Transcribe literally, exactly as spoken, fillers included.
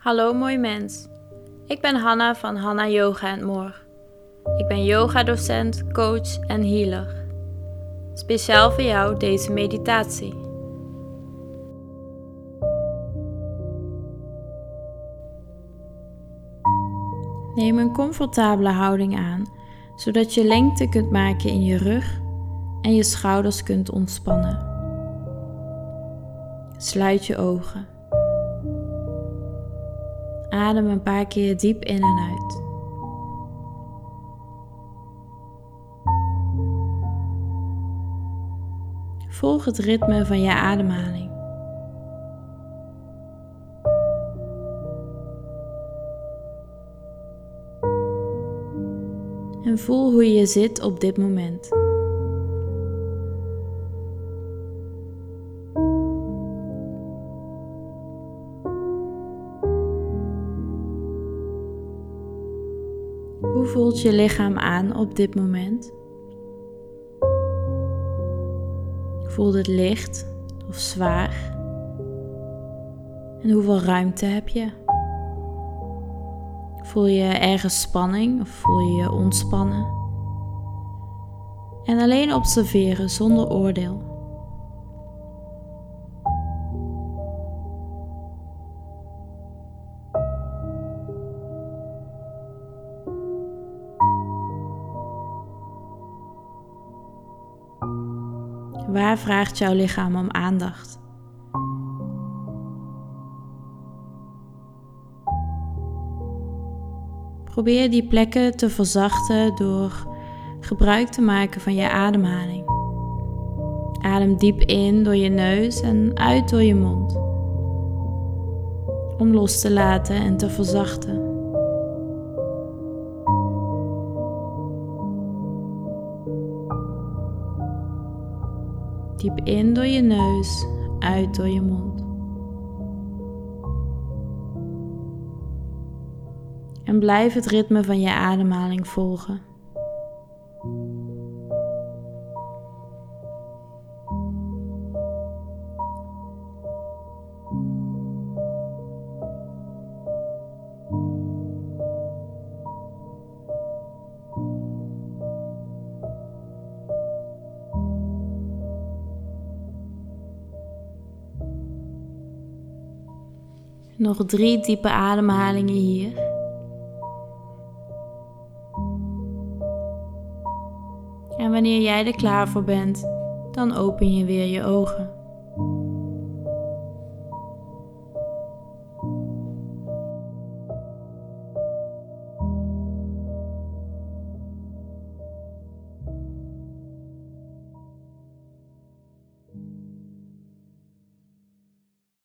Hallo mooi mens, ik ben Hanna van Hanna Yoga and More. Ik ben yogadocent, coach en healer. Speciaal voor jou deze meditatie. Neem een comfortabele houding aan, zodat je lengte kunt maken in je rug en je schouders kunt ontspannen. Sluit je ogen. Adem een paar keer diep in en uit. Volg het ritme van je ademhaling. En voel hoe je zit op dit moment. Hoe voelt je lichaam aan op dit moment? Voelt het licht of zwaar? En hoeveel ruimte heb je? Voel je ergens spanning of voel je je ontspannen? En alleen observeren zonder oordeel. Waar vraagt jouw lichaam om aandacht? Probeer die plekken te verzachten door gebruik te maken van je ademhaling. Adem diep in door je neus en uit door je mond. Om los te laten en te verzachten. Diep in door je neus, uit door je mond. En blijf het ritme van je ademhaling volgen. Nog drie diepe ademhalingen hier. En wanneer jij er klaar voor bent, dan open je weer je ogen.